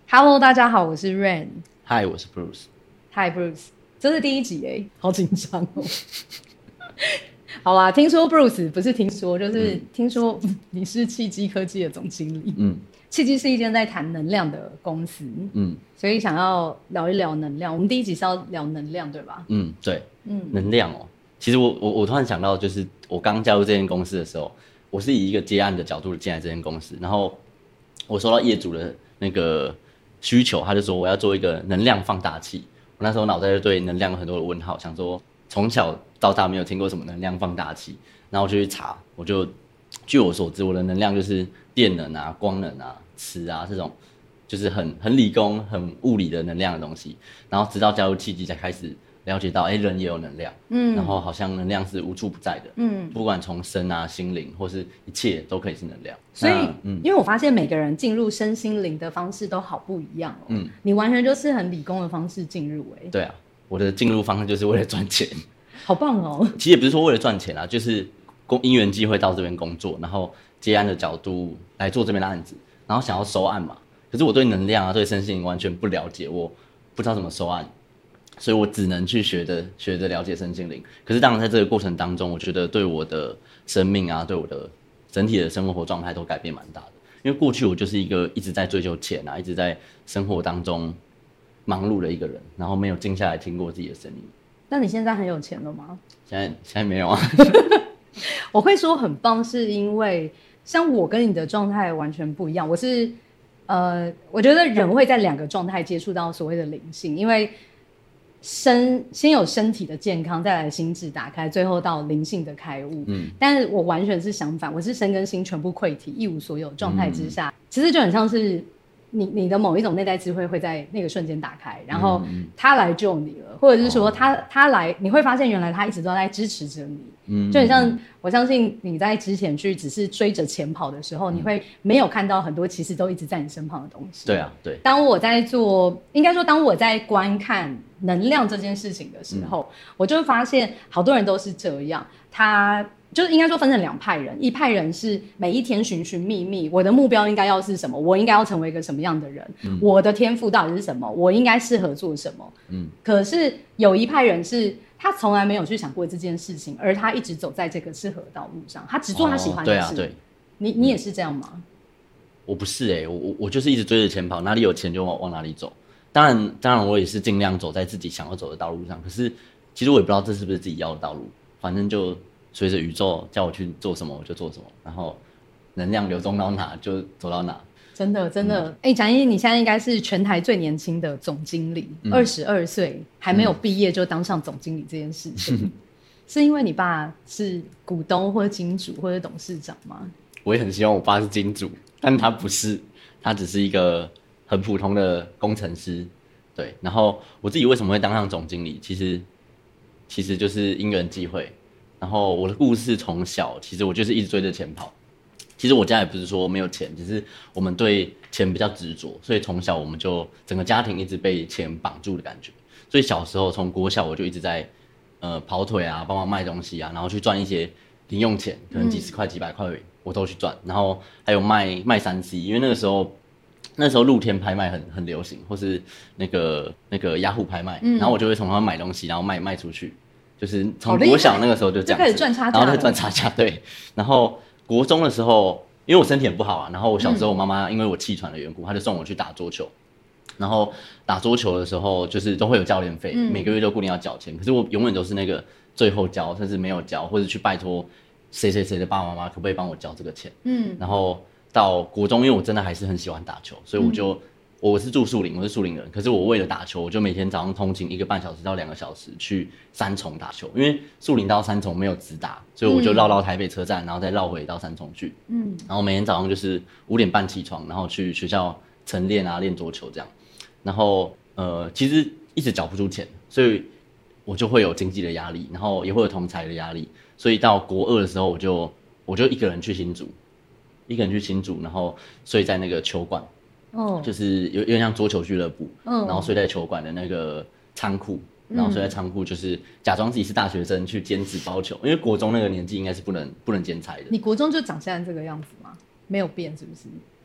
Hello， 大家好，我是 Rain。 嗨，我是 Bruce。 嗨 Bruce， 这是第一集耶，好紧张哦。好啦，听说 Bruce 不是听说，就是听说你是契机科技的总经理。契机是一间在谈能量的公司。所以想要聊一聊能量。我们第一集是要聊能量，对吧？ 对。能量哦。其实我突然想到，就是我刚加入这间公司的时候，我是以一个接案的角度进来这间公司，然后我收到业主的那个需求，他就说我要做一个能量放大器。我那时候脑袋就对能量有很多的问号，想说从小到大没有听过什么能量放大器，然后我就去查，我就据我所知，我的能量就是电能啊、光能啊、磁啊这种，就是很理工、很物理的能量的东西。然后直到加入契机才开始了解到，人也有能量，然后好像能量是无处不在的，不管从身啊、心灵或是一切都可以是能量。 所以，因为我发现每个人进入身心灵的方式都好不一样哦。你完全就是很理工的方式进入， 对啊，我的进入方式就是为了赚钱， 好棒哦。 其实也不是说为了赚钱啊，就是因缘际会到这边工作，然后接案的角度来做这边的案子，然后想要收案嘛。可是我对能量啊、对身心灵完全不了解，我不知道怎么收案。所以我只能去学着了解身心灵。可是当然在这个过程当中，我觉得对我的生命啊，对我的整体的生活状态都改变蛮大的。因为过去我就是一个一直在追求钱啊，一直在生活当中忙碌的一个人，然后没有静下来听过自己的声音。 那你现在很有钱了吗？ 现在没有啊。 我会说很棒，是因为像我跟你的状态完全不一样。我觉得人会在两个状态接触到所谓的灵性，因为先有身体的健康，再来心智打开，最后到灵性的开悟。但是我完全是相反，我是身跟心全部溃体，一无所有状态之下，其实就很像是你的某一种内在智慧会在那个瞬间打开，然后他来救你了，或者是说他来，你会发现原来他一直都在支持着你。就很像我相信你在之前去只是追着钱跑的时候，你会没有看到很多其实都一直在你身旁的东西。 对啊，对。 当我在观看能量这件事情的时候，我就发现好多人都是这样，他就是应该说分成两派人，一派人是每一天寻寻觅觅，我的目标应该要是什么，我应该要成为一个什么样的人，我的天赋到底是什么，我应该适合做什么。可是有一派人是他从来没有去想过这件事情，而他一直走在这个适合的道路上，他只做他喜欢的事。 对啊，对。 你也是这样吗？ 我不是我就是一直追着钱跑，哪里有钱就往哪里走。当然我也是尽量走在自己想要走的道路上，可是其实我也不知道这是不是自己要的道路，反正就随着宇宙叫我去做什么我就做什么，然后能量流动到哪就走到哪。 真的蒋毅，你现在应该是全台最年轻的总经理，22岁还没有毕业就当上总经理这件事情，是因为你爸是股东或者金主或者董事长吗？ 我也很希望我爸是金主，但他不是，他只是一个很普通的工程师。对，然后我自己为什么会当上总经理，其实就是因缘际会。然后我的故事从小，其实我就是一直追着钱跑。其实我家也不是说没有钱，只是我们对钱比较执着，所以从小我们就整个家庭一直被钱绑住的感觉。所以小时候从国小我就一直在跑腿啊，帮忙卖东西啊，然后去赚一些零用钱，可能几十块、几百块我都去赚。然后还有卖 3C， 因为那时候露天拍卖很流行，或是那个雅虎拍卖，然后我就会从他买东西，然后卖出去。就是从国小那个时候就这样子， 开始赚差价， 然后再赚差价。对，然后国中的时候，因为我身体很不好啊，然后我小时候我妈妈因为我气喘的缘故，她就送我去打桌球。然后打桌球的时候，就是都会有教练费，每个月都固定要缴钱。可是我永远都是那个最后交，甚至没有交，或者去拜托谁的爸爸妈妈可不可以帮我交这个钱。然后到国中，因为我真的还是很喜欢打球，所以我是住树林，我是树林人。可是我为了打球，我就每天早上通勤1个半小时到2个小时去三重打球，因为树林到三重没有直达，所以我就绕到台北车站，然后再绕回到三重去。然后每天早上就是5点半起床，然后去学校晨练啊，练桌球这样。然后其实一直缴不出钱，所以我就会有经济的压力，然后也会有同侪的压力。所以到国2的时候，我就一个人去新竹，然后睡在那个球馆。就是有点像桌球俱乐部，然后睡在球馆的那个仓库，然后睡在仓库就是假装自己是大学生去兼职包球，因为国中那个年纪应该是不能兼差的。 你国中就长现在这个样子吗？没有变是不是？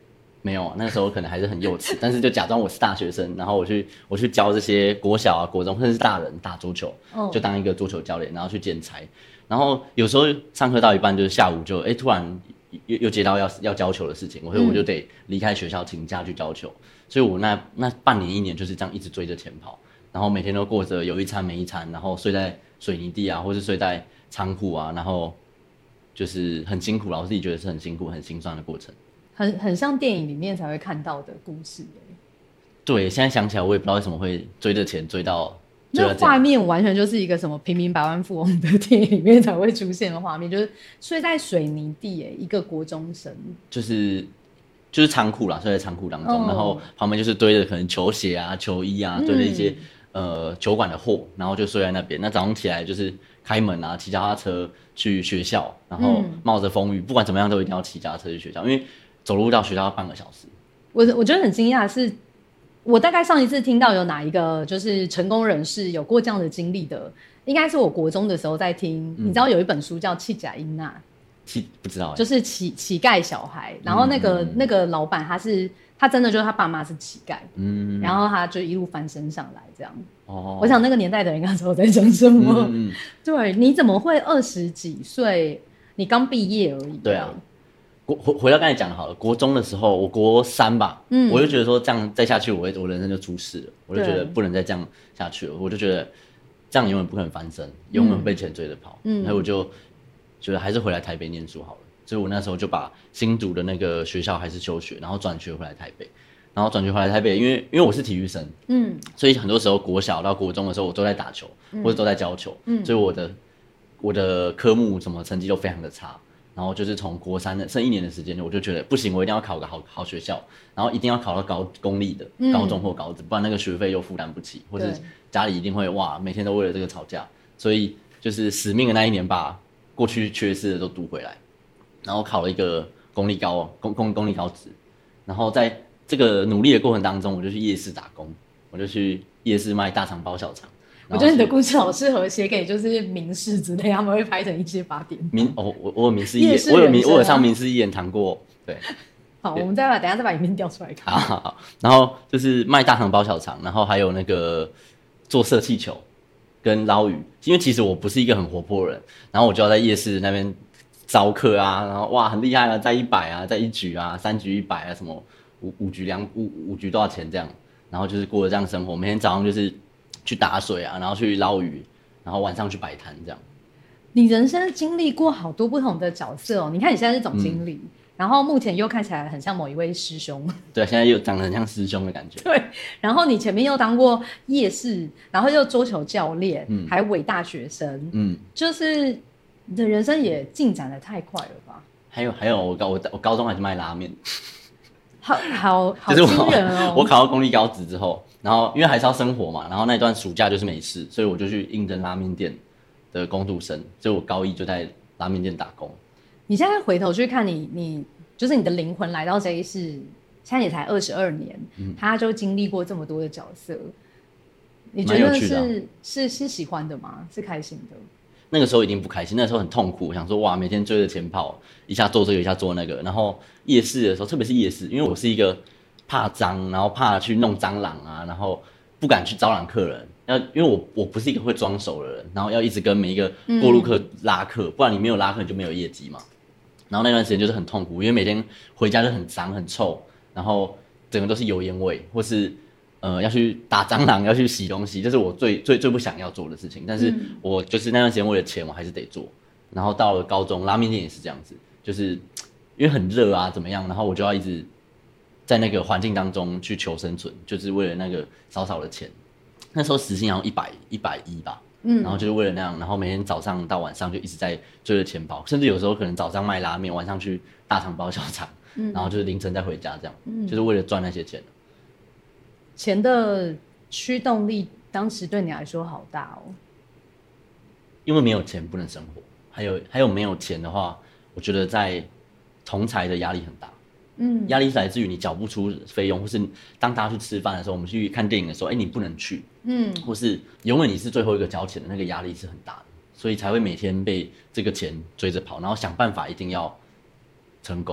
没有啊，那时候可能还是很幼稚，但是就假装我是大学生，然后我去教这些国小啊、国中甚至是大人打足球，就当一个足球教练，然后去兼差。然后有时候上课到一半，就是下午就突然又接到要教球的事情，所以我就得离开学校请假去教球。所以我那半年1年就是这样一直追着钱跑，然后每天都过着有一餐没一餐，然后睡在水泥地啊，或是睡在仓库啊，然后就是很辛苦啦，我自己觉得是很辛苦、很心酸的过程。 很像电影里面才会看到的故事对，现在想起来，我也不知道为什么会追着钱追到那画面完全就是一个什么平民百万富翁的电影里面才会出现的画面，就是睡在水泥地一个国中生，就是仓库啦，睡在仓库当中，然后旁边就是堆着可能球鞋啊、球衣啊，堆着一些球馆的货，然后就睡在那边。那早上起来就是开门啊，骑脚踏车去学校，然后冒着风雨，不管怎么样都一定要骑脚踏车去学校，因为走路到学校要半个小时。 我觉得很惊讶的是，我大概上一次听到有哪一个就是成功人士有过这样的经历的，应该是我国中的时候在听。你知道有一本书叫《契贾英娜》， 不知道就是乞丐小孩。然后那个老板他真的就是他爸妈是乞丐，然后他就一路翻身上来这样。我想那个年代的人应该知道我在讲什么。对，你怎么会20几岁？你刚毕业而已。 对啊。回到刚才讲的好了，国中的时候，我国3吧，我就觉得说这样再下去，我人生就出事了，我就觉得不能再这样下去了，我就觉得这样永远不可能翻身，永远会被钱追着跑，所以我就觉得还是回来台北念书好了，所以我那时候就把新竹的那个学校还是休学，然后转学回来台北，然后转学回来台北，因为我是体育生，所以很多时候国小到国中的时候，我都在打球，或者都在教球，所以我的科目什么成绩都非常的差。然后就是从国3剩1年的时间，我就觉得不行，我一定要考个好学校，然后一定要考到公立的高中或高职，不然那个学费又负担不起，或是家里一定会每天都为了这个吵架，所以就是死命的那1年把过去缺失的都读回来，然后考了一个公立高职，然后在这个努力的过程当中，我就去夜市打工，我就去夜市卖大肠包小肠。 我觉得你的故事好适合写给就是民视之类，他们会拍成一些8点。 我有民视一言，我有上民视一言谈过，对。 好，我们等一下再把影片调出来看。 好，然后就是卖大肠包小肠，然后还有那个做射气球跟捞鱼，因为其实我不是一个很活泼的人，然后我就要在夜市那边招客啊，然后很厉害啊，在100啊，在1局啊，3局100啊，什么5局多少钱这样，然后就是过着这样生活，每天早上就是去打水啊，然后去捞鱼，然后晚上去摆摊这样。 你人生经历过好多不同的角色哦。你看你现在是总经理，然后目前又看起来很像某一位师兄。对， 现在又长得很像师兄的感觉。 对，然后你前面又当过夜市，然后又桌球教练，还伪大学生，就是你的人生也进展得太快了吧？ 还有我高中还是卖拉面。 好就是惊人哦！ 我考到公立高职之后，然后因为还是要生活嘛，然后那段暑假就是没事，所以我就去应征拉面店的工读生，所以我高1就在拉面店打工。 你现在回头去看你就是你的灵魂来到这一世，现在也才22年，他就经历过这么多的角色，你觉得是喜欢的吗？是开心的？ 那个时候已经不开心，那时候很痛苦，想说每天追着钱跑，一下做这个一下做那个，然后夜市的时候，特别是夜市，因为我是一个怕脏，然后怕去弄蟑螂啊，然后不敢去招揽客人，因为我不是一个会装熟的人，然后要一直跟每一个过路客拉客，不然你没有拉客你就没有业绩嘛。然后那段时间就是很痛苦，因为每天回家就很脏很臭，然后整个都是油烟味，或是要去打蟑螂，要去洗东西，这是我最不想要做的事情。但是我就是那段时间为了钱，我还是得做。然后到了高中，拉面店也是这样子，就是因为很热啊，怎么样，然后我就要一直在那个环境当中去求生存，就是为了那个少少的钱。那时候时薪好像110吧，然后就是为了那样，然后每天早上到晚上就一直在追着钱跑，甚至有时候可能早上卖拉面，晚上去大肠包小肠，然后就是凌晨再回家这样，就是为了赚那些钱。 钱的驱动力当时对你来说好大哦。 因为没有钱不能生活，还有没有钱的话，我觉得在同财的压力很大。压力是来自于你缴不出费用，或是当大家去吃饭的时候，我们去看电影的时候，你不能去，或是永远你是最后一个交钱的，那个压力是很大的，所以才会每天被这个钱追着跑，然后想办法一定要成功。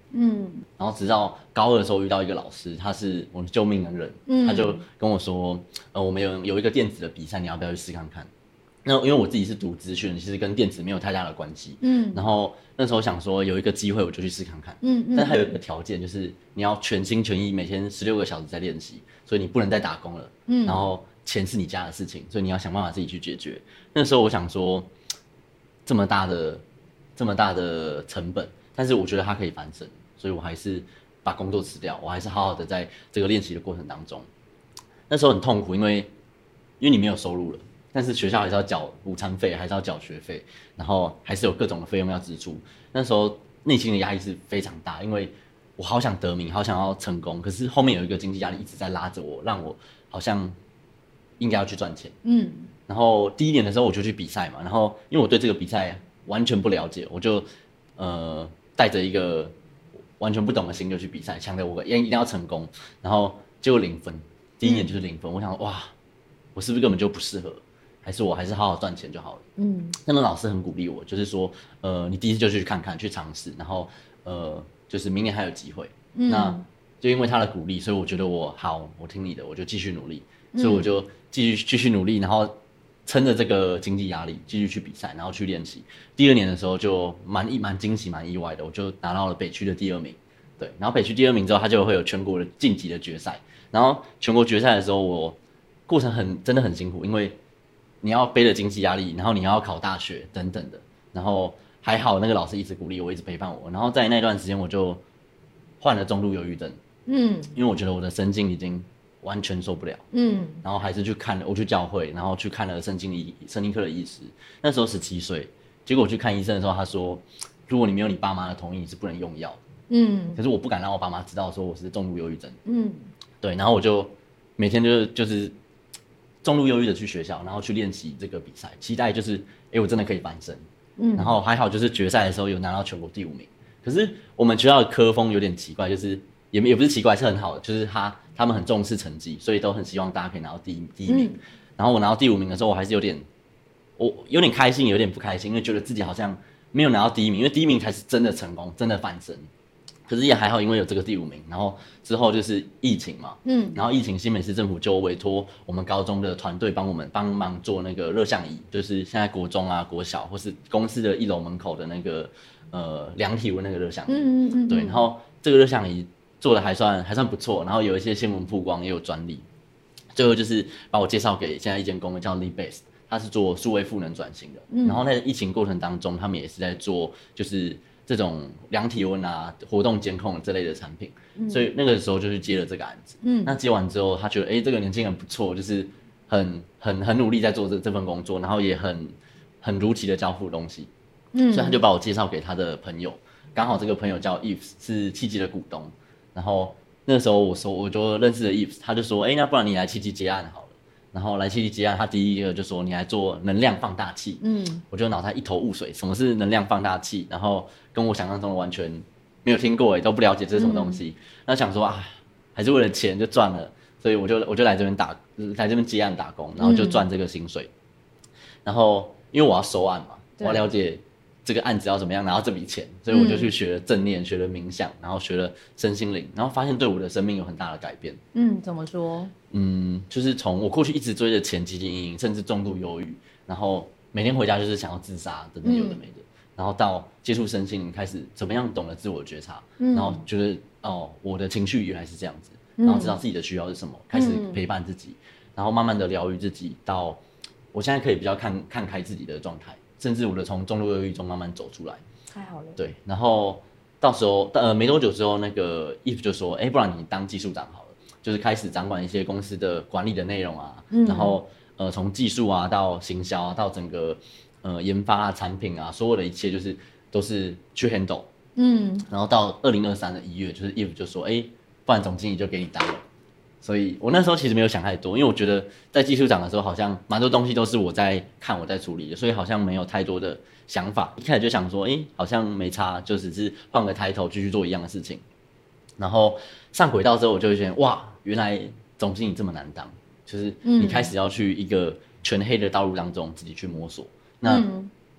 然后直到高二的时候遇到一个老师，他是我的救命恩人，他就跟我说，我们有一个电子的比赛，你要不要去试看看？那因为我自己是读资讯，其实跟电子没有太大的关系，然后那时候想说有一个机会我就去试看看，但还有一个条件就是你要全心全意，每天16个小时在练习，所以你不能再打工了，然后钱是你家的事情，所以你要想办法自己去解决。那时候我想说，这么大的成本，但是我觉得它可以翻身，所以我还是把工作辞掉，我还是好好的在这个练习的过程当中。那时候很痛苦，因为你没有收入了。但是学校还是要缴午餐费，还是要缴学费，然后还是有各种的费用要支出。那时候内心的压力是非常大，因为我好想得名，好想要成功，可是后面有一个经济压力一直在拉着我，让我好像应该要去赚钱。然后第一年的时候我就去比赛嘛，然后因为我对这个比赛完全不了解，我就带着一个完全不懂的心就去比赛，想着我一定要成功，然后结果0分，第一年就是0分。我想哇，我是不是根本就不适合？还是我还是好好赚钱就好了。那个老师很鼓励我，就是说，你第一次就去看看，去尝试，然后就是明年还有机会。那就因为他的鼓励，所以我觉得我听你的，我就继续努力。所以我就继续努力，然后撑着这个经济压力继续去比赛，然后去练习。第2年的时候就蛮惊喜、蛮意外的，我就拿到了北区的第2名。对，然后北区第2名之后，他就会有全国的晋级的决赛。然后全国决赛的时候，我过程真的很辛苦，因为你要背着经济压力，然后你要考大学等等的，然后还好那个老师一直鼓励我，一直陪伴我，然后在那段时间我就患了重度忧郁症，因为我觉得我的神经已经完全受不了，然后还是我去教会，然后去看了神经科的医师，那时候17岁，结果我去看医生的时候，他说，如果你没有你爸妈的同意，你是不能用药，可是我不敢让我爸妈知道说我是重度忧郁症，对，然后我就每天就是重度忧郁的去学校，然后去练习这个比赛，期待就是我真的可以翻身。然后还好就是决赛的时候有拿到全国第5名。可是我们学校的科风有点奇怪，就是也不是奇怪，是很好的，就是他们很重视成绩，所以都很希望大家可以拿到第一名。然后我拿到第5名的时候，我还是有点开心，有点不开心，因为觉得自己好像没有拿到第1名，因为第1名才是真的成功，真的翻身。可是也还好，因为有这个第5名，然后之后就是疫情嘛，然后疫情新北市政府就委托我们高中的团队帮忙做那个热像仪，就是现在国中啊、国小或是公司的1楼门口的那个量体温那个热像仪，对，然后这个热像仪做的还算不错，然后有一些新闻曝光，也有专利，最后就是把我介绍给现在一间公司叫 LeadBase， 它是做数位赋能转型的，然后在疫情过程当中，他们也是在做就是这种量体温啊、活动监控这类的产品，所以那个时候就去接了这个案子。那接完之后，他觉得这个年轻人不错，就是很努力在做这份工作，然后也很如期的交付东西，所以他就把我介绍给他的朋友，刚好这个朋友叫 Yves， 是契机的股东，然后那时候我就认识了 Yves， 他就说，那不然你来契机接案好了。然后来契机接案，他第一个就说你来做能量放大器，我就脑袋一头雾水，什么是能量放大器？然后跟我想象中的完全没有听过，都不了解这是什么东西。那想说还是为了钱就赚了，所以我就来这边接案打工，然后就赚这个薪水。然后因为我要收案嘛，我要了解这个案子要怎么样拿到这笔钱，所以我就去学了正念，学了冥想，然后学了身心灵，然后发现对我的生命有很大的改变。 怎么说？ 就是从我过去一直追着钱汲汲营营，甚至重度忧郁，然后每天回家就是想要自杀等等有的没的，然后到接触身心灵，开始怎么样懂得自我觉察，然后觉得我的情绪原来是这样子，然后知道自己的需要是什么，开始陪伴自己，然后慢慢的疗愈自己，到我现在可以比较看开自己的状态，甚至我的从重度忧郁中慢慢走出来。 太好了。对， 然后到时候没多久之后，那个 Eve 就说，不然你当技术长好了。就是开始掌管一些公司的管理的内容啊，然后从技术啊到行销啊到整个研发啊产品啊，所有的一切就是都是去 handle，然后到2023的1月，就是 Eve 就说，不然总经理就给你当了。所以我那时候其实没有想太多，因为我觉得在技术长的时候，好像蛮多东西都是我在看、我在处理的，所以好像没有太多的想法。一开始就想说，好像没差，就只是换个抬头继续做一样的事情。然后上轨道之后，我就会觉得哇，原来总经理这么难当，就是你开始要去一个全黑的道路当中自己去摸索。那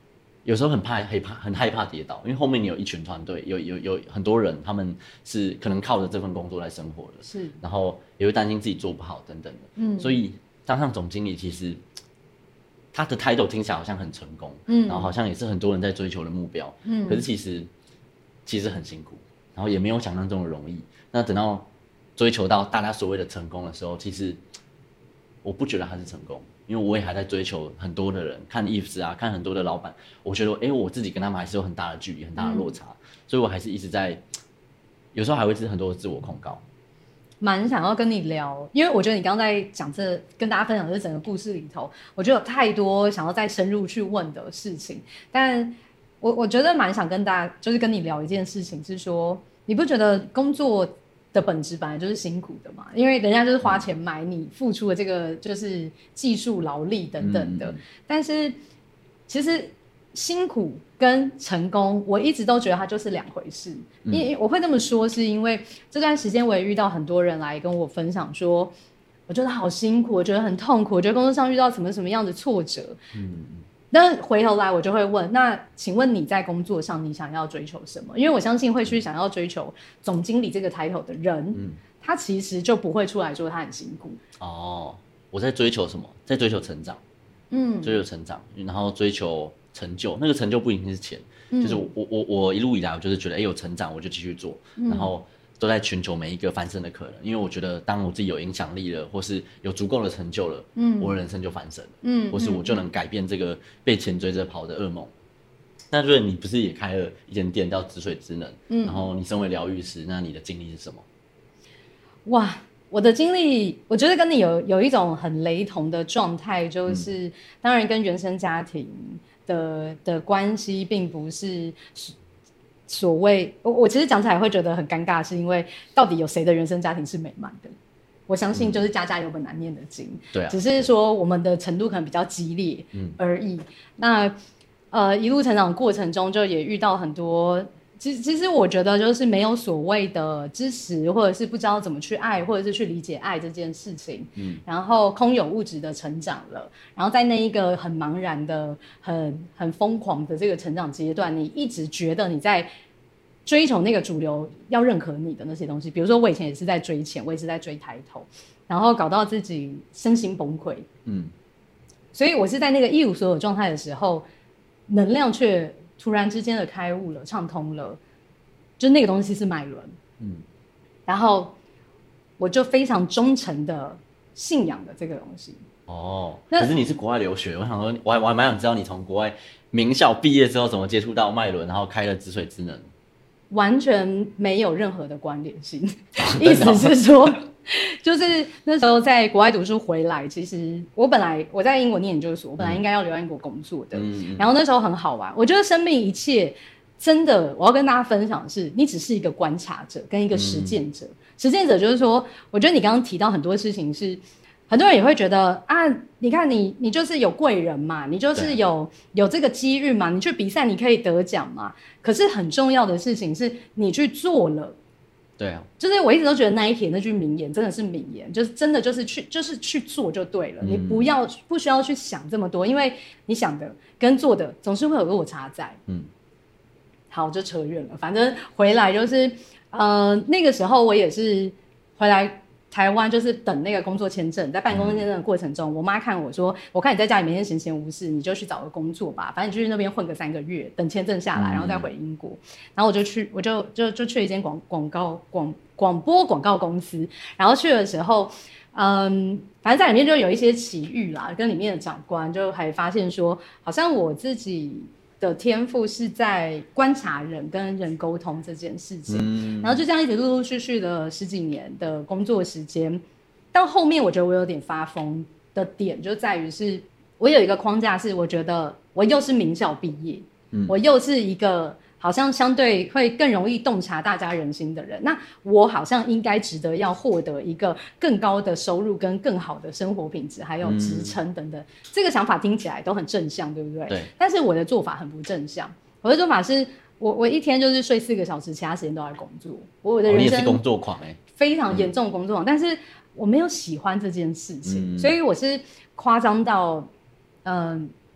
有时候很害怕跌倒，因为后面你有一群团队，有很多人，他们是可能靠着这份工作来生活的， 是， 然后也会担心自己做不好等等的，所以当上总经理，其实他的 title 听起来好像很成功，然后好像也是很多人在追求的目标，可是其实很辛苦，然后也没有想象中的容易。那等到追求到大家所谓的成功的时候，其实我不觉得他是成功，因为我也还在追求很多的人，看 Yves 啊，看很多的老板，我觉得我自己跟他们还是有很大的距离，很大的落差，所以我还是一直在，有时候还会很多的自我控告。 蛮想要跟你聊，因为我觉得你刚刚在讲跟大家分享这整个故事里头，我觉得有太多想要再深入去问的事情，但我觉得蛮想跟大家就是跟你聊一件事情，是说你不觉得工作的本质本来就是辛苦的嘛？因为人家就是花钱买你付出的这个就是技术劳力等等的，但是其实辛苦跟成功，我一直都觉得它就是两回事。因为我会这么说，是因为这段时间我也遇到很多人来跟我分享说，我觉得好辛苦，我觉得很痛苦，我觉得工作上遇到什么样的挫折。那回头来我就会问，那请问你在工作上你想要追求什么？因为我相信会去想要追求总经理这个 title 的人，他其实就不会出来说他很辛苦。 我在追求什么？在追求成长，追求成长，然后追求成就。那个成就不一定是钱，就是我一路以来我就是觉得，有成长我就继续做，然后都在寻求每一个翻身的可能，因为我觉得当我自己有影响力了，或是有足够的成就了，我的人生就翻身了，或是我就能改变这个被钱追着跑的噩梦。那就是你不是也开了一间店叫止水之能，然后你身为疗愈师，那你的经历是什么？ 哇，我的经历我觉得跟你有一种很雷同的状态，就是当然跟原生家庭的关系并不是所谓我其实讲起来会觉得很尴尬，是因为到底有谁的原生家庭是美满的？我相信就是家家有本难念的经，对啊，只是说我们的程度可能比较激烈而已。那一路成长的过程中，就也遇到很多。其实我觉得就是没有所谓的支持，或者是不知道怎么去爱，或者是去理解爱这件事情，然后空有物质的成长了，然后在那一个很茫然的、很疯狂的这个成长阶段，你一直觉得你在追求那个主流要认可你的那些东西，比如说我以前也是在追钱，我也是在追抬头，然后搞到自己身心崩溃，所以我是在那个一无所有状态的时候，能量却突然之间的开悟了，畅通了，就那个东西是脉轮，然后我就非常忠诚的信仰的这个东西。 可是你是国外留学，我想说，我还蛮想知道你从国外名校毕业之后怎么接触到脉轮，然后开了止水之能。 完全没有任何的关联性，意思是说，就是那时候在国外读书回来，其实我在英国念研究所，我本来应该要留在英国工作的，然后那时候很好玩。我觉得生命一切真的，我要跟大家分享的是，你只是一个观察者跟一个实践者。实践者就是说，我觉得你刚刚提到很多事情是。很多人也会觉得啊，你看你就是有贵人嘛，你就是有这个机遇嘛，你去比赛你可以得奖嘛。可是很重要的事情是你去做了。 对啊， 就是我一直都觉得那一帖那句名言真的是名言，就是真的就是去做就对了，你不需要去想这么多，因为你想的跟做的总是会有落差在。好，就扯远了，反正回来就是那个时候我也是回来。台湾就是等那个工作签证，在办工作签证的过程中，我妈看我说：“我看你在家里每天闲闲无事，你就去找个工作吧，反正你就去那边混个3个月，等签证下来，然后再回英国。”然后我就去，我就去了一间广播广告公司。然后去的时候，反正在里面就有一些奇遇啦，跟里面的长官就还发现说，好像我自己的天赋是在观察人跟人沟通这件事情，然后就这样一直陆陆续续的10几年的工作时间，到后面我觉得我有点发疯的点就在于是，我有一个框架是，我觉得我又是名校毕业，我又是一个好像相对会更容易洞察大家人心的人，那我好像应该值得要获得一个更高的收入跟更好的生活品质还有职称等等，这个想法听起来都很正向，对不对？对。但是我的做法很不正向，我的做法是我一天就是睡4个小时，其他时间都在工作。我的人生你也是工作狂非常严重工作狂，但是我没有喜欢这件事情，所以我是夸张到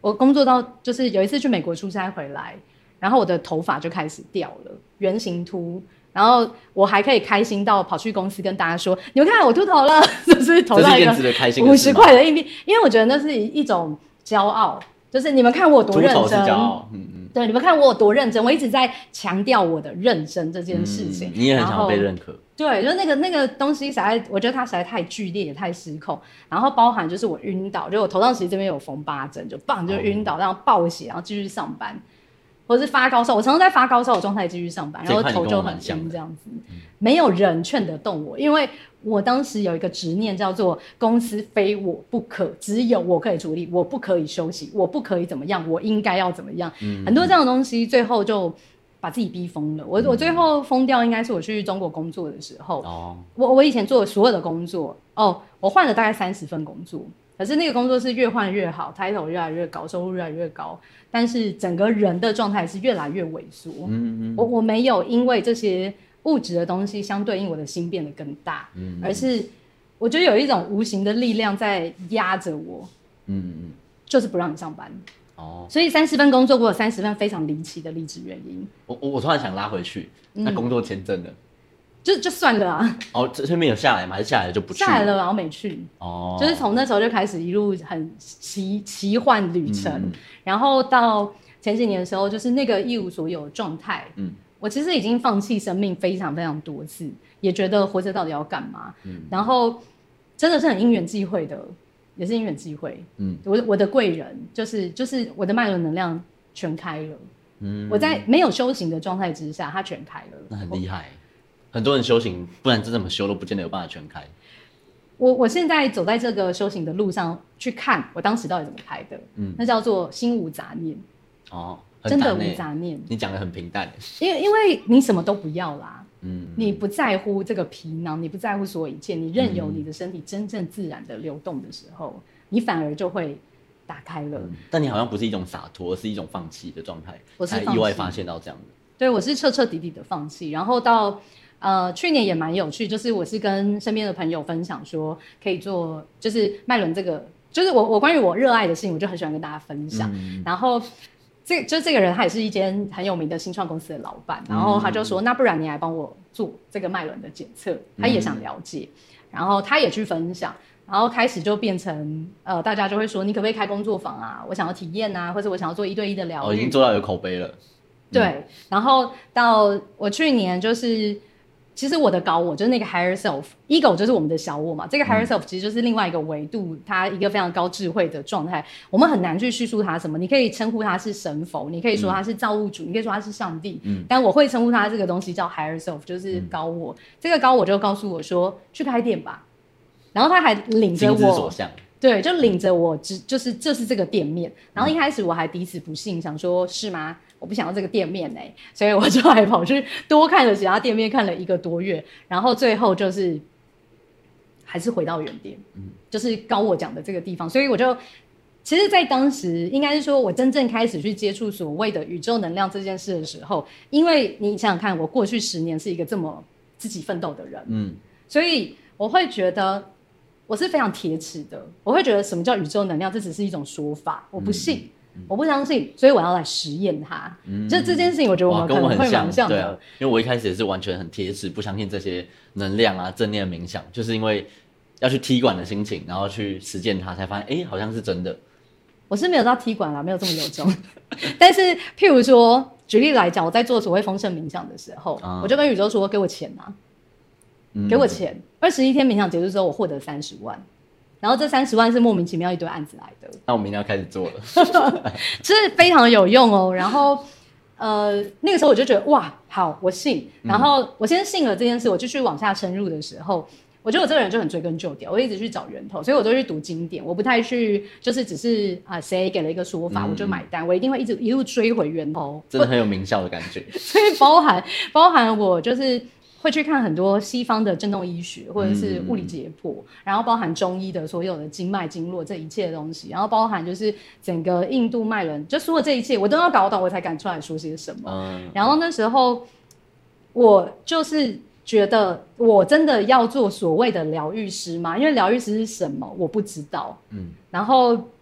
我工作到就是有一次去美国出差回来，然后我的头发就开始掉了，圆形秃。然后我还可以开心到跑去公司跟大家说，你们看我秃头了，就是投到一个50块的硬币，因为我觉得那是一种骄傲，就是你们看我有多认真， 秃头是骄傲， 对，你们看我有多认真，我一直在强调我的认真这件事情， 你也很想要被认可， 对，就是那个东西实在，我觉得它实在太剧烈也太失控，然后包含就是我晕倒，就我头上其实这边有缝8针，就就晕倒，然后爆血，然后继续上班。或是发高烧，我常常在发高烧的状态继续上班，然后头就很晕这样子，没有人劝得动我，因为我当时有一个执念叫做公司非我不可，只有我可以处理，我不可以休息，我不可以怎么样，我应该要怎么样，很多这样的东西，最后就把自己逼疯了。我最后疯掉应该是我去中国工作的时候，我以前做的所有的工作，我换了大概30份工作。可是那个工作是越换越好 ，title 越来越高，收入越来越高，但是整个人的状态是越来越萎缩。我没有因为这些物质的东西相对应我的心变得更大，而是我觉得有一种无形的力量在压着我，就是不让你上班。所以30份工作我有30份非常离奇的离职原因。 我突然想拉回去，那工作签证呢？ 就算了啊。 这边有下来吗？还是下来就不去？ 下来了，然后没去。就是从那时候就开始一路很奇幻旅程，然后到前几年的时候，就是那个一无所有的状态。我其实已经放弃生命非常非常多次，也觉得活着到底要干嘛？然后真的是很因缘际会的，也是因缘际会。我的贵人就是我的脉轮能量全开了。我在没有修行的状态之下，它全开了。 那很厉害。很多人修行，不然怎么修都不见得有办法全开。 我现在走在这个修行的路上，去看我当时到底怎么开的，那叫做心无杂念。真的无杂念。你讲得很平淡， 因为你什么都不要啦，你不在乎这个皮囊，你不在乎所有一切，你任由你的身体真正自然的流动的时候，你反而就会打开了。 但你好像不是一种洒脱，而是一种放弃的状态，我是才意外发现到这样的。 对，我是彻彻底底的放弃，然后到去年也蛮有趣，就是我是跟身边的朋友分享说，可以做就是脉轮这个，就是我关于我热爱的事情，我就很喜欢跟大家分享。然后这个人他也是一间很有名的新创公司的老板，然后他就说，那不然你来帮我做这个脉轮的检测，他也想了解，然后他也去分享。然后开始就变成大家就会说，你可不可以开工作坊啊？我想要体验啊，或者我想要做1对1的疗愈。 已经做到有口碑了。 对，然后到我去年就是。其实我的高我就是那个 higher self ego 就是我们的小我嘛，这个 higher self 其实就是另外一个维度，它一个非常高智慧的状态，我们很难去叙述它什么，你可以称呼它是神佛，你可以说它是造物主，你可以说它是上帝，但我会称呼它这个东西叫 higher self 就是高我，这个高我就告诉我说去开店吧，然后他还领着我心之所向， 对，就领着我就是这个店面，然后一开始我还抵死不信，想说是吗？我不想要这个店面所以我就还跑去多看了其他店面，看了1个多月，然后最后就是还是回到原点，就是高我讲的这个地方。所以我就其实在当时应该是说我真正开始去接触所谓的宇宙能量这件事的时候，因为你想想看，我过去10年是一个这么自己奋斗的人，所以我会觉得我是非常铁齿的，我会觉得什么叫宇宙能量，这只是一种说法，我不信，我不相信，所以我要来实验它。就这件事情，我觉得我们可能会蛮像的。 对啊，因为我一开始也是完全很铁齿，不相信这些能量啊、正念冥想，就是因为要去踢馆的心情，然后去实践它，才发现，好像是真的。 我是没有到踢馆啦，没有这么有种。但是，譬如说，举例来讲，我在做所谓丰盛冥想的时候，我就跟宇宙说：“给我钱啊，给我钱。”21天冥想结束之后，我获得30万。然后这30万是莫名其妙一堆案子来的， 那我明天要开始做了， 就是非常有用哦。然后那个时候我就觉得哇，好，我信。然后我先信了这件事，我继续往下深入的时候，我觉得我这个人就很追根究底，我一直去找源头，所以我都去读经典，我不太去就是只是谁给了一个说法我就买单，我一定会一路追回源头， 真的很有名效的感觉。 所以包含我就是会去看很多西方的振动医学或者是物理解剖，然后包含中医的所有的经脉经络这一切的东西，然后包含就是整个印度脉轮，就所有这一切我都要搞懂，我才敢出来说些什么。然后那时候我就是觉得我真的要做所谓的疗愈师吗？因为疗愈师是什么我不知道。然后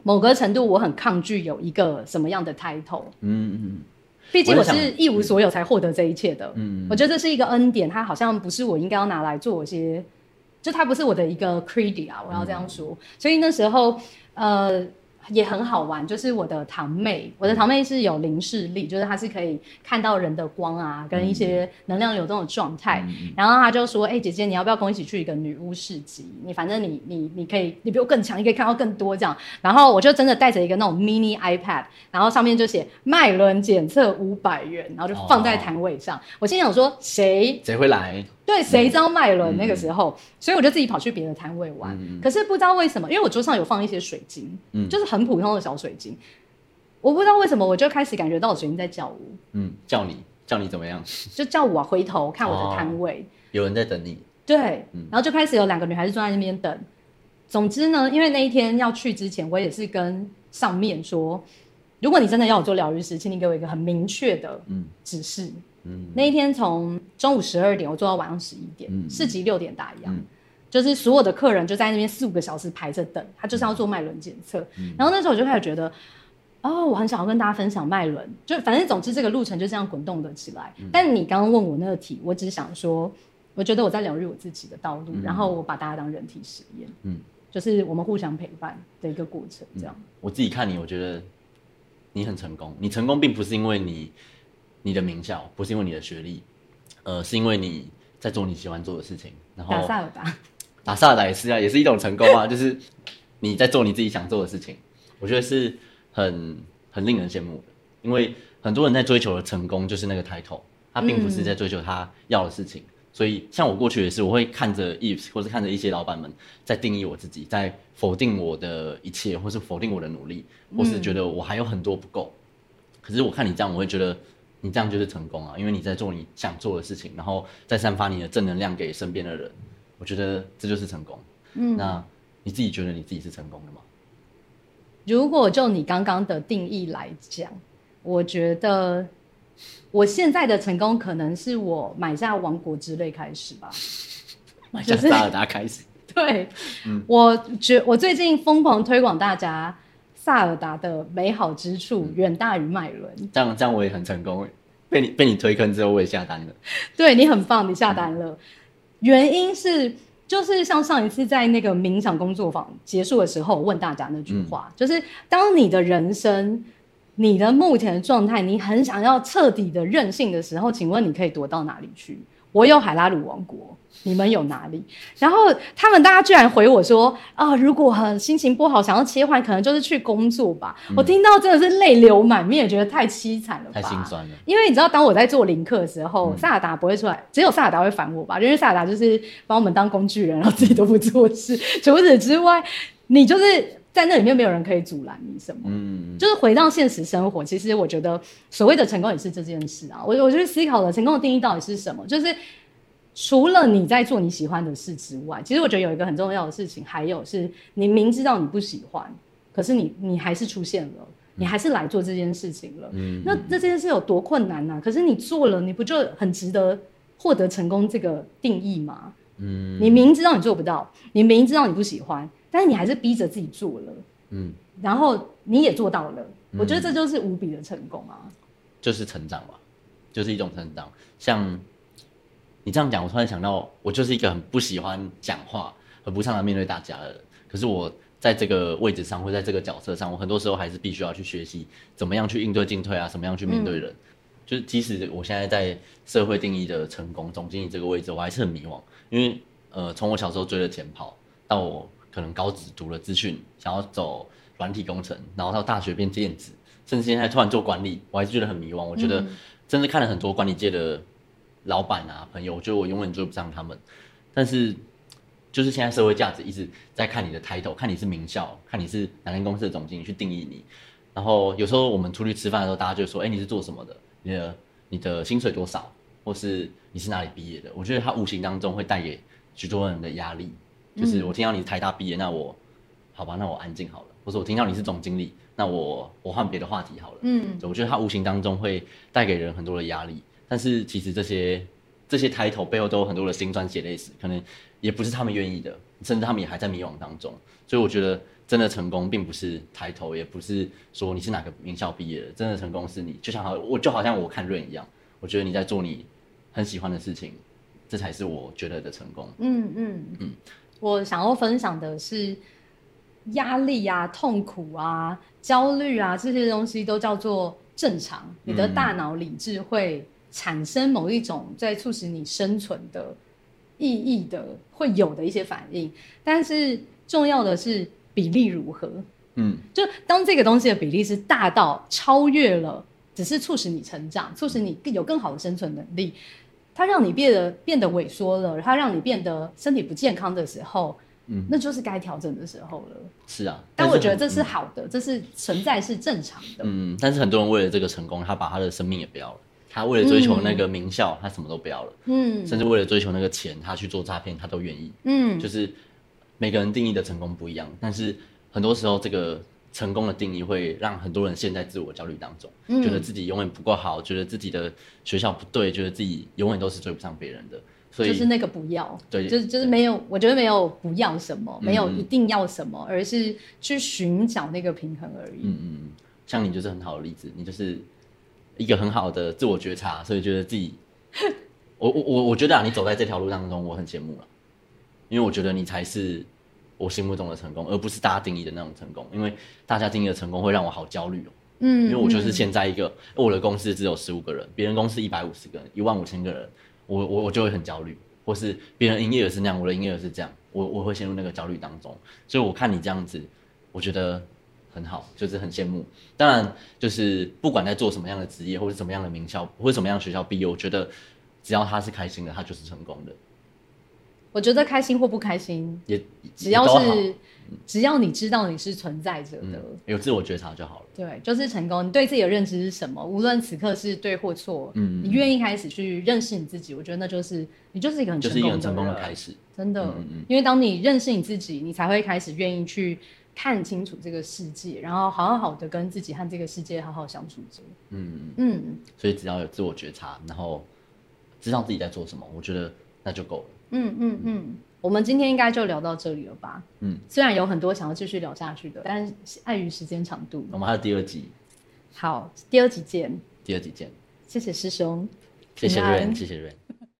某个程度我很抗拒有一个什么样的 title。毕竟我是一无所有才获得这一切的。我觉得这是一个恩典，它好像不是我应该要拿来做一些，就它不是我的一个 credit 啊，我要这样说。所以那时候也很好玩，就是我的堂妹是有灵视力，就是她是可以看到人的光啊，跟一些能量流动的状态。然后她就说：“姐姐，你要不要跟我一起去一个女巫市集？你反正你可以，你比我更强，你可以看到更多这样。”然后我就真的带着一个那种 mini iPad， 然后上面就写脉轮检测500元，然后就放在摊位上。我心想说：谁会来？ 对，谁知道脉轮那个时候，所以我就自己跑去别的摊位玩。可是不知道为什么，因为我桌上有放一些水晶，就是很普通的小水晶，我不知道为什么我就开始感觉到水晶在叫我， 叫你怎么样？ 就叫我回头看我的摊位， 有人在等你。 对，然后就开始有2个女孩子坐在那边等。总之呢，因为那一天要去之前，我也是跟上面说，如果你真的要我做疗愈师，请你给我一个很明确的指示。那一天从中午12点我做到晚上11点，市集6点打烊，就是所有的客人就在那边4-5个小时排着等，他就是要做脉轮检测。然后那时候我就开始觉得，我很想要跟大家分享脉轮，就反正总之这个路程就这样滚动的起来。但你刚刚问我那个题，我只想说，我觉得我在疗愈我自己的道路，然后我把大家当人体实验，就是我们互相陪伴的一个过程，这样。 我自己看你，我觉得你很成功。你成功并不是因为你的名校，不是因为你的学历，是因为你在做你喜欢做的事情。然后打萨尔达也是啊，也是一种成功啊，就是你在做你自己想做的事情。我觉得是很令人羡慕的，因为很多人在追求的成功就是那个 title， 他并不是在追求他要的事情。所以像我过去也是，我会看着 Yves 或是看着一些老板们在定义我自己，在否定我的一切，或是否定我的努力，或是觉得我还有很多不够。可是我看你这样，我会觉得你这样就是成功啊，因为你在做你想做的事情，然后再散发你的正能量给身边的人。我觉得这就是成功。那你自己觉得你自己是成功的吗？ 如果就你刚刚的定义来讲，我觉得我现在的成功可能是我买下王国之泪开始吧， 买下萨尔达开始。 对，我最近疯狂推广大家萨尔达的美好之处远大于脉轮。 这样我也很成功，被你推坑之后我也下单了。 对，你很棒，你下单了。原因是就是像上一次在那个冥想工作坊结束的时候，我问大家那句话，就是当你的人生，你的目前的状态，你很想要彻底的任性的时候，请问你可以躲到哪里去？我有海拉鲁王国，你们有哪里？然后他们大家居然回我说如果很心情不好想要切换，可能就是去工作吧。我听到真的是泪流满面，觉得太凄惨了吧， 太心酸了。 因为你知道，当我在做零课的时候，萨尔达不会出来，只有萨尔达会烦我吧，因为萨尔达就是把我们当工具人，然后自己都不做事。除此之外，你就是在那里面没有人可以阻拦你什么。就是回到现实生活，其实我觉得所谓的成功也是这件事啊。我就思考了成功的定义到底是什么，就是除了你在做你喜欢的事之外，其实我觉得有一个很重要的事情，还有是你明知道你不喜欢，可是你还是出现了，你还是来做这件事情了。那这件事有多困难啊？可是你做了，你不就很值得获得成功这个定义吗？你明知道你做不到，你明知道你不喜欢，但是你还是逼着自己做了。然后你也做到了。我觉得这就是无比的成功啊， 就是成长吧，就是一种成长。像你这样讲，我突然想到，我就是一个很不喜欢讲话、很不擅长面对大家的人。可是我在这个位置上，或在这个角色上，我很多时候还是必须要去学习怎么样去应对进退啊，怎么样去面对人。就是即使我现在在社会定义的成功总经理这个位置，我还是很迷惘，因为从我小时候追了前跑，到我可能高职读了资讯，想要走软体工程，然后到大学变电子，甚至现在突然做管理，我还是觉得很迷惘。我觉得真的看了很多管理界的老板啊朋友，我觉得我永远追不上他们。但是就是现在社会价值一直在看你的 title， 看你是名校，看你是哪间公司的总经理去定义你。然后有时候我们出去吃饭的时候，大家就说：“你是做什么的？你的薪水多少？或是你是哪里毕业的？”我觉得他无形当中会带给许多人的压力。就是我听到你是台大毕业，那我安静好了。或者我听到你是总经理，那我换别的话题好了。我觉得他无形当中会带给人很多的压力。但是其实这些 title 背后都有很多的辛酸血泪史，可能也不是他们愿意的，甚至他们也还在迷惘当中。所以我觉得真的成功并不是抬头，也不是说你是哪个名校毕业的，真的成功是你就好像我看润一样，我觉得你在做你很喜欢的事情，这才是我觉得的成功。 我想要分享的是压力啊、痛苦啊、焦虑啊，这些东西都叫做正常，你的大脑理智会产生某一种在促使你生存的意义的会有的一些反应，但是重要的是比例如何。就当这个东西的比例是大到超越了只是促使你成长，促使你有更好的生存能力，它让你变得萎缩了，它让你变得身体不健康的时候，那就是该调整的时候了。 是啊， 但我觉得这是好的，这是存在是正常的。 但是很多人为了这个成功，他把他的生命也不要了。他为了追求那个名校，他什么都不要了。甚至为了追求那个钱，他去做诈骗，他都愿意。就是每个人定义的成功不一样，但是很多时候这个成功的定义会让很多人陷在自我焦虑当中，觉得自己永远不够好，觉得自己的学校不对，觉得自己永远都是追不上别人的。所以就是那个不要， 对， 就是没有，我觉得没有不要什么，没有一定要什么，而是去寻找那个平衡而已。 像你就是很好的例子，你就是一个很好的自我觉察，所以觉得自己，我觉得你走在这条路当中，我很羡慕了，因为我觉得你才是我心目中的成功，而不是大家定义的那种成功。因为大家定义的成功会让我好焦虑因为我就是现在一个我的公司只有15个人，别人公司150个人，15000个人，我就会很焦虑，或是别人营业额是那样，我的营业额是这样，我会陷入那个焦虑当中。所以我看你这样子，我觉得很好，就是很羡慕。当然，就是不管在做什么样的职业，或是什么样的名校，或者什么样的学校毕业，我觉得只要他是开心的，他就是成功的。 我觉得开心或不开心，只要你知道你是存在着的， 有自我觉察就好了。 对，就是成功。你对自己的认知是什么？无论此刻是对或错，你愿意开始去认识你自己，我觉得那就是你就是一个很成功的人， 就是一个很成功的开始。 真的，因为当你认识你自己，你才会开始愿意去看清楚这个世界，然后好好的跟自己和这个世界好好相处着。 所以只要有自我觉察，然后知道自己在做什么，我觉得那就够了。 我们今天应该就聊到这里了吧？虽然有很多想要继续聊下去的，但是碍于时间长度， 我们还有第2集。 好，第二集见。 第2集见。 谢谢师兄， 谢谢Rain，谢谢Rain。